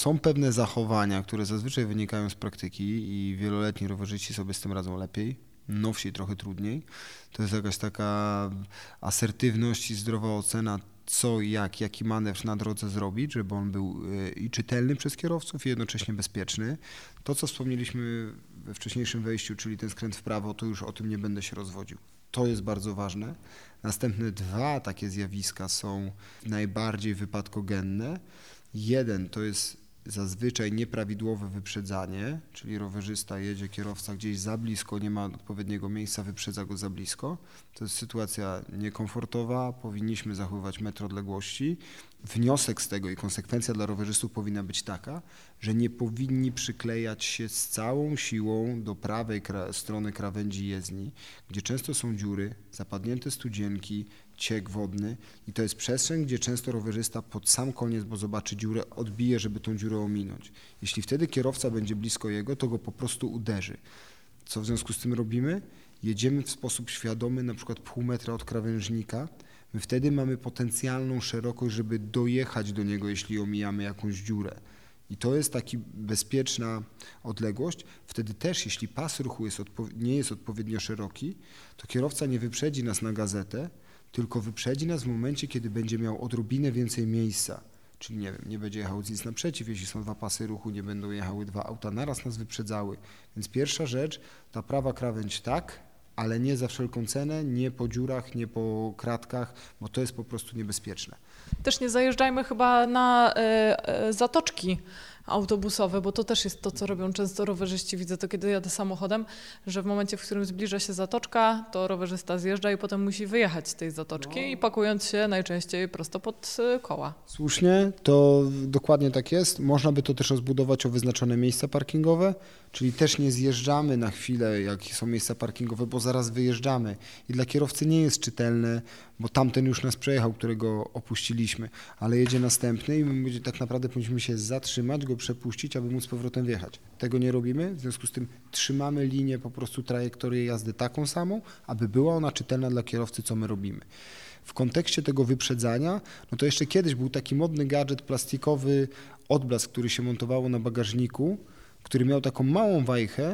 Są pewne zachowania, które zazwyczaj wynikają z praktyki i wieloletni rowerzyści sobie z tym radzą lepiej, nowsi trochę trudniej. To jest jakaś taka asertywność i zdrowa ocena, co i jaki manewr na drodze zrobić, żeby on był i czytelny przez kierowców, i jednocześnie bezpieczny. To, co wspomnieliśmy we wcześniejszym wejściu, czyli ten skręt w prawo, to już o tym nie będę się rozwodził. To jest bardzo ważne. Następne dwa takie zjawiska są najbardziej wypadkogenne. Jeden to jest zazwyczaj nieprawidłowe wyprzedzanie, czyli rowerzysta jedzie, kierowca gdzieś za blisko, nie ma odpowiedniego miejsca, wyprzedza go za blisko. To jest sytuacja niekomfortowa, powinniśmy zachowywać metr odległości. Wniosek z tego i konsekwencja dla rowerzystów powinna być taka, że nie powinni przyklejać się z całą siłą do prawej strony krawędzi jezdni, gdzie często są dziury, zapadnięte studzienki, ciek wodny i to jest przestrzeń, gdzie często rowerzysta pod sam koniec, bo zobaczy dziurę, odbije, żeby tą dziurę ominąć. Jeśli wtedy kierowca będzie blisko jego, to go po prostu uderzy. Co w związku z tym robimy? Jedziemy w sposób świadomy, na przykład pół metra od krawężnika. My wtedy mamy potencjalną szerokość, żeby dojechać do niego, jeśli omijamy jakąś dziurę. I to jest taka bezpieczna odległość. Wtedy też, jeśli pas ruchu nie jest odpowiednio szeroki, to kierowca nie wyprzedzi nas na gazetę, tylko wyprzedzi nas w momencie, kiedy będzie miał odrobinę więcej miejsca. Czyli nie wiem, nie będzie jechał nic naprzeciw, jeśli są dwa pasy ruchu, nie będą jechały dwa auta, naraz nas wyprzedzały. Więc pierwsza rzecz, ta prawa krawędź tak, ale nie za wszelką cenę, nie po dziurach, nie po kratkach, bo to jest po prostu niebezpieczne. Też nie zajeżdżajmy chyba na zatoczki autobusowe, bo to też jest to, co robią często rowerzyści. Widzę to, kiedy jadę samochodem, że w momencie, w którym zbliża się zatoczka, to rowerzysta zjeżdża i potem musi wyjechać z tej zatoczki i pakując się najczęściej prosto pod koła. Słusznie, to dokładnie tak jest. Można by to też rozbudować o wyznaczone miejsca parkingowe, czyli też nie zjeżdżamy na chwilę, jak są miejsca parkingowe, bo zaraz wyjeżdżamy. I dla kierowcy nie jest czytelne, bo tamten już nas przejechał, którego opuściliśmy, ale jedzie następny i my tak naprawdę powinniśmy się zatrzymać, go przepuścić, aby móc z powrotem wjechać. Tego nie robimy, w związku z tym trzymamy linię, po prostu trajektorię jazdy taką samą, aby była ona czytelna dla kierowcy, co my robimy. W kontekście tego wyprzedzania, no to jeszcze kiedyś był taki modny gadżet plastikowy, odblask, który się montowało na bagażniku, który miał taką małą wajchę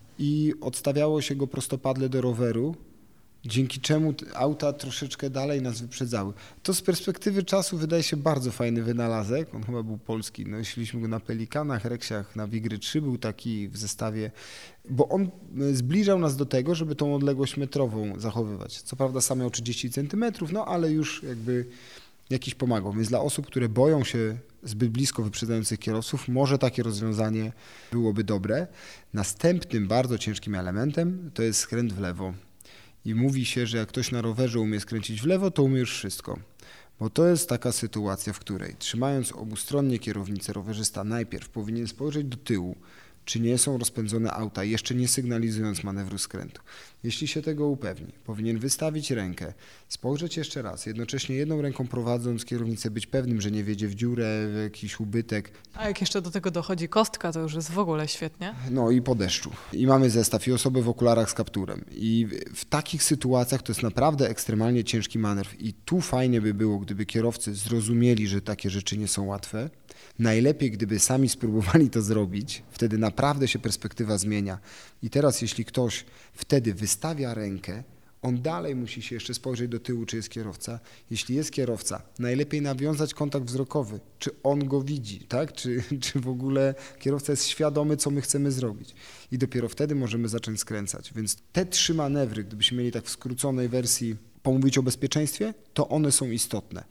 i odstawiało się go prostopadle do roweru, dzięki czemu auta troszeczkę dalej nas wyprzedzały. To z perspektywy czasu wydaje się bardzo fajny wynalazek, on chyba był polski, nosiliśmy go na Pelikanach, Reksiach, na Wigry 3 był taki w zestawie, bo on zbliżał nas do tego, żeby tą odległość metrową zachowywać. Co prawda sam miał 30 centymetrów, no ale już jakby jakiś pomagał, więc dla osób, które boją się zbyt blisko wyprzedzających kierowców, może takie rozwiązanie byłoby dobre. Następnym bardzo ciężkim elementem to jest skręt w lewo. I mówi się, że jak ktoś na rowerze umie skręcić w lewo, to umie już wszystko. Bo to jest taka sytuacja, w której trzymając obustronnie kierownicę, rowerzysta najpierw powinien spojrzeć do tyłu, czy nie są rozpędzone auta, jeszcze nie sygnalizując manewru skrętu. Jeśli się tego upewni, powinien wystawić rękę, spojrzeć jeszcze raz, jednocześnie jedną ręką prowadząc kierownicę, być pewnym, że nie wjedzie w dziurę, w jakiś ubytek. A jak jeszcze do tego dochodzi kostka, to już jest w ogóle świetnie. No i po deszczu. I mamy zestaw i osoby w okularach z kapturem. I w takich sytuacjach to jest naprawdę ekstremalnie ciężki manewr. I tu fajnie by było, gdyby kierowcy zrozumieli, że takie rzeczy nie są łatwe. Najlepiej, gdyby sami spróbowali to zrobić, wtedy naprawdę się perspektywa zmienia. I teraz, jeśli ktoś wtedy wystawia rękę, on dalej musi się jeszcze spojrzeć do tyłu, czy jest kierowca. Jeśli jest kierowca, najlepiej nawiązać kontakt wzrokowy, czy on go widzi, tak? Czy w ogóle kierowca jest świadomy, co my chcemy zrobić. I dopiero wtedy możemy zacząć skręcać. Więc te trzy manewry, gdybyśmy mieli tak w skróconej wersji pomówić o bezpieczeństwie, to one są istotne.